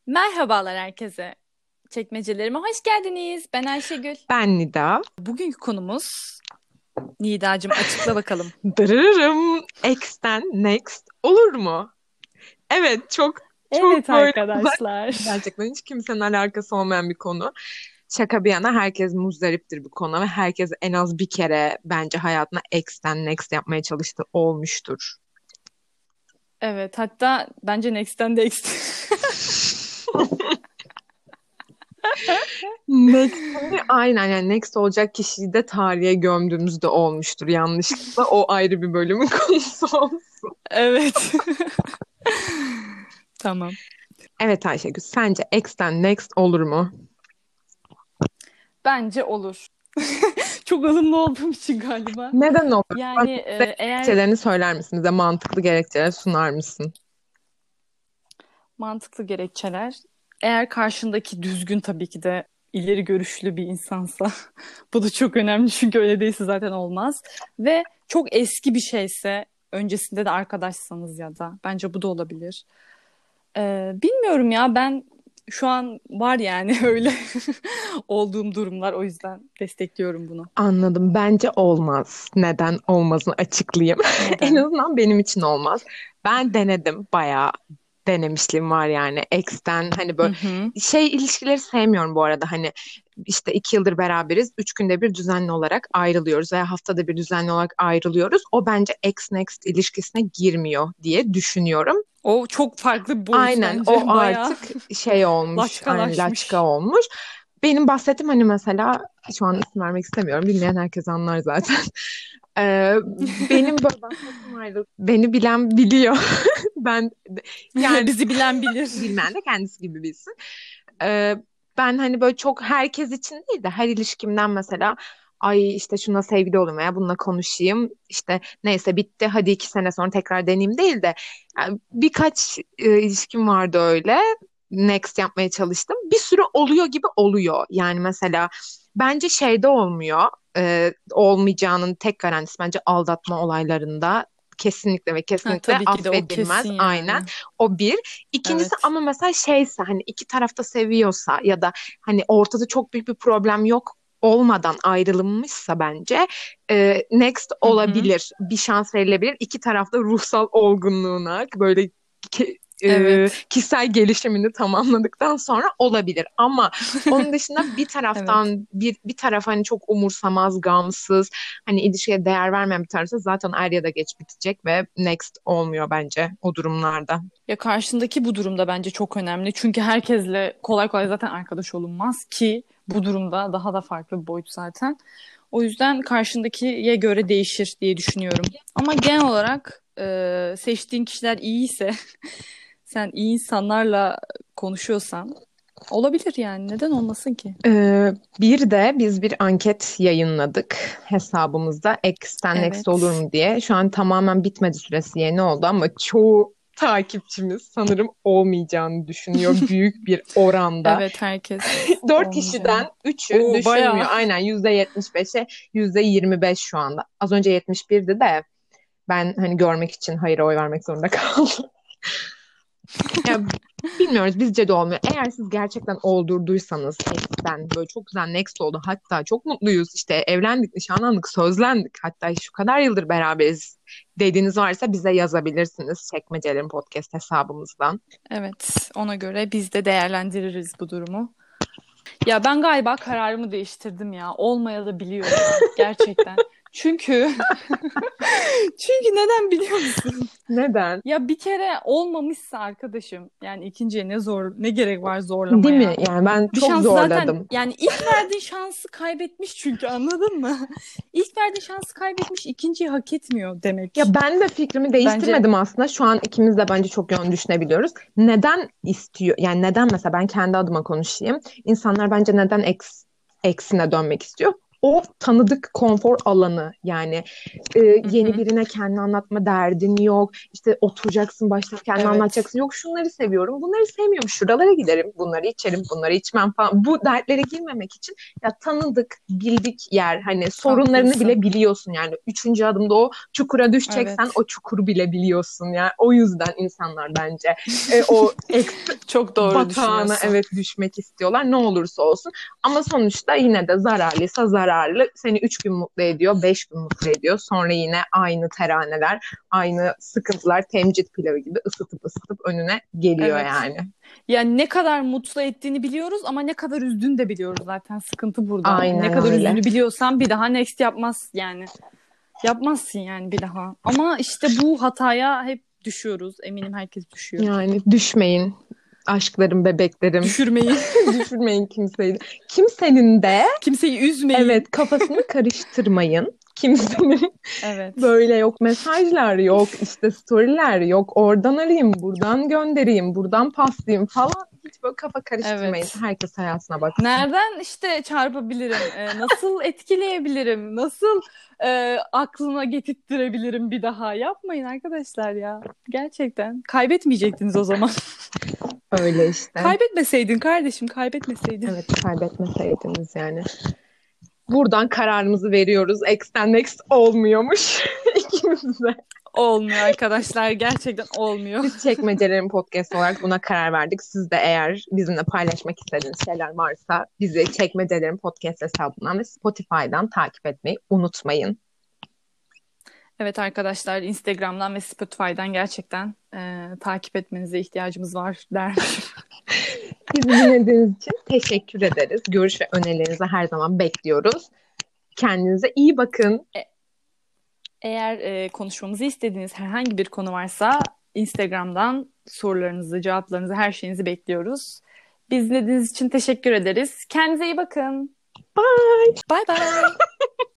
Merhabalar herkese. Çekmecelerime hoş geldiniz. Ben Ayşegül. Ben Nida. Bugünkü konumuz Nidacığım açıkla bakalım. Dırırırım. X'ten next olur mu? Evet, çok Evet çok böyle uzak. arkadaşlar. Gerçekten hiç kimsenin alakası olmayan bir konu. Şaka bir yana herkes muzdariptir bu konu ve herkes en az bir kere bence hayatına X'ten next yapmaya çalıştığı olmuştur. Evet, hatta bence Next'ten de Next. Next'ini aynen yani next olacak kişiyi de tarihe gömdüğümüzde olmuştur yanlışlıkla. O ayrı bir bölümün konusu olsun. Evet. Tamam. Evet Ayşegül, sence X'ten next olur mu? Bence olur. Çok ılımlı olduğum için galiba. Neden olur? Yani eğer Gerekçelerini söyler misin? Bize mantıklı gerekçeler sunar mısın? mantıklı gerekçeler, eğer karşındaki düzgün tabii ki de ileri görüşlü bir insansa bu da çok önemli çünkü öyle değilse zaten olmaz. Ve çok eski bir şeyse öncesinde de arkadaşsanız ya da bence bu da olabilir. Bilmiyorum ya ben şu an var yani öyle olduğum durumlar o yüzden destekliyorum bunu. Anladım. Bence olmaz. Neden olmazını açıklayayım. En Neden? azından benim için olmaz. Ben denedim. Bayağı denemişliğim var yani. Ex'ten hani Hı böyle hı. ilişkileri sevmiyorum bu arada. Hani işte 2 yıldır beraberiz. 3 günde bir düzenli olarak ayrılıyoruz veya haftada bir düzenli olarak ayrılıyoruz. O bence ex next ilişkisine girmiyor diye düşünüyorum. O çok farklı bir boyut Aynen bence. o Bayağı artık şey olmuş, hani laçka laçkalaşmış. olmuş. Benim bahsettiğim hani mesela şu an isim vermek istemiyorum. Bilmeyen herkes anlar zaten. Benim böyle bahsettiğim ayrılık beni bilen biliyor. Ben yani Bizi bilen bilir. bilmeyen de kendisi gibi bilsin. Ee, Ben hani böyle çok herkes için değil de her ilişkimden mesela ay işte şuna sevgili olayım veya bununla konuşayım işte neyse bitti hadi 2 sene sonra tekrar deneyeyim değil de yani birkaç ilişkim vardı öyle next yapmaya çalıştım bir sürü oluyor gibi oluyor yani mesela bence şeyde olmuyor, olmayacağının tek garantisi bence aldatma olaylarında kesinlikle ve Ha, kesinlikle tabii ki de o affedilmez kesin aynen. yani. O bir. İkincisi Evet. ama mesela şeyse hani iki tarafta seviyorsa ya da hani ortada çok büyük bir problem yok olmadan ayrılınmışsa bence next Hı hı. olabilir. Bir şans verilebilir. İki tarafta ruhsal olgunluğuna böyle Evet. kişisel gelişimini tamamladıktan sonra olabilir. Ama onun dışında bir Evet. taraftan bir taraf hani çok umursamaz, gamsız, hani ilişkiye değer vermeyen bir tarafsa zaten er ya da geç bitecek ve next olmuyor bence o durumlarda. Ya karşındaki bu durumda bence çok önemli. Çünkü herkesle kolay kolay zaten arkadaş olunmaz ki bu durumda daha da farklı bir boyut zaten. O yüzden karşındakiye göre değişir diye düşünüyorum. Ama genel olarak seçtiğin kişiler iyiyse, sen iyi insanlarla konuşuyorsan olabilir yani. Neden olmasın ki? Bir de biz bir anket yayınladık hesabımızda X'ten Next olur Evet. mu diye. Şu an tamamen bitmedi, süresi yeni oldu ama çoğu takipçimiz sanırım olmayacağını düşünüyor büyük bir oranda. Evet, herkes 4 kişiden olmayacağını. 3'ü Oo, bayağı. düşünmüyor. Aynen %75'e %25 şu anda. Az önce 71'di de ben hani görmek için hayır oy vermek zorunda kaldım. Ya bilmiyoruz, bizce de olmuyor. Eğer siz gerçekten oldurduysanız eskiden böyle çok güzel next oldu. Hatta çok mutluyuz. İşte evlendik, nişanlandık, sözlendik. Hatta şu kadar yıldır beraberiz dediğiniz varsa bize yazabilirsiniz. Çekmecelerin podcast hesabımızdan. Evet, ona göre biz de değerlendiririz bu durumu. Ya ben galiba kararımı değiştirdim ya. Olmayabiliyor ya gerçekten. Çünkü çünkü neden biliyor musun? Neden? Ya bir kere olmamışsa arkadaşım yani ikinciye ne zor ne gerek var Değil mi? zorlamaya? Yani ben Bir çok şansı zaten zorladım. yani ilk verdiğin şansı kaybetmiş çünkü anladın mı? İlk verdiğin şansı kaybetmiş ikinciyi hak etmiyor demek. Ya ben de fikrimi Bence değiştirmedim aslında. Şu an ikimiz de bence çok yön düşünebiliyoruz. Neden istiyor? Yani neden mesela ben kendi adıma konuşayım. İnsanlar bence neden eksine dönmek istiyor? o tanıdık konfor alanı yani. Hı Yeni hı. birine kendini anlatma derdin yok. İşte oturacaksın başta kendini Evet. anlatacaksın. Yok şunları seviyorum, bunları sevmiyorum. Şuralara giderim, bunları içerim, bunları içmem falan. Bu dertlere girmemek için ya tanıdık, bildik yer. Hani sorunlarını Haklısın. bile biliyorsun yani. Üçüncü adımda o çukura düşeceksen Evet. o çukuru bile biliyorsun yani. O yüzden insanlar bence o Çok doğru batağına düşünüyorsun. evet düşmek istiyorlar ne olursa olsun. Ama sonuçta yine de zararlıysa zararlı. Seni 3 gün mutlu ediyor, 5 gün mutlu ediyor. Sonra yine aynı teraneler, aynı sıkıntılar temcit pilavı gibi ısıtıp ısıtıp önüne geliyor Evet. yani. Yani ne kadar mutlu ettiğini biliyoruz ama ne kadar üzdüğünü de biliyoruz zaten. Sıkıntı burada. Yani ne Aynen kadar öyle. üzdüğünü biliyorsan bir daha next yapmaz yani. Yapmazsın yani bir daha. Ama işte bu hataya hep düşüyoruz. Eminim herkes düşüyor. Yani düşmeyin aşklarım, bebeklerim. Düşürmeyin. Düşürmeyin kimseyi. Kimsenin de Kimseyi üzmeyin. evet kafasını karıştırmayın. Kimsenin Evet. böyle yok mesajlar yok işte storyler yok oradan arayayım buradan göndereyim buradan paslayayım falan hiç böyle kafa karıştırmayın. Evet. Herkes hayatına baksın. Nereden işte çarpabilirim? Nasıl etkileyebilirim? Nasıl aklına getirttirebilirim bir daha? Yapmayın arkadaşlar ya. Gerçekten. Kaybetmeyecektiniz o zaman. Öyle işte. Kaybetmeseydin kardeşim, kaybetmeseydin. Evet kaybetmeseydiniz yani. Buradan kararımızı veriyoruz. X'ten next olmuyormuş ikimiz de. Olmuyor arkadaşlar. Gerçekten olmuyor. Biz Çekmecelerin podcast olarak buna karar verdik. Siz de eğer bizimle paylaşmak istediğiniz şeyler varsa bizi Çekmecelerin podcast hesabından ve Spotify'dan takip etmeyi unutmayın. Evet arkadaşlar, Instagram'dan ve Spotify'dan gerçekten takip etmenize ihtiyacımız var dermişim. Bizi dinlediğiniz için teşekkür ederiz. Görüş ve önerilerinizi her zaman bekliyoruz. Kendinize iyi bakın. Eğer konuşmamızı istediğiniz herhangi bir konu varsa Instagram'dan sorularınızı, cevaplarınızı, her şeyinizi bekliyoruz. Biz dinlediğiniz için teşekkür ederiz. Kendinize iyi bakın. Bye. Bye bye.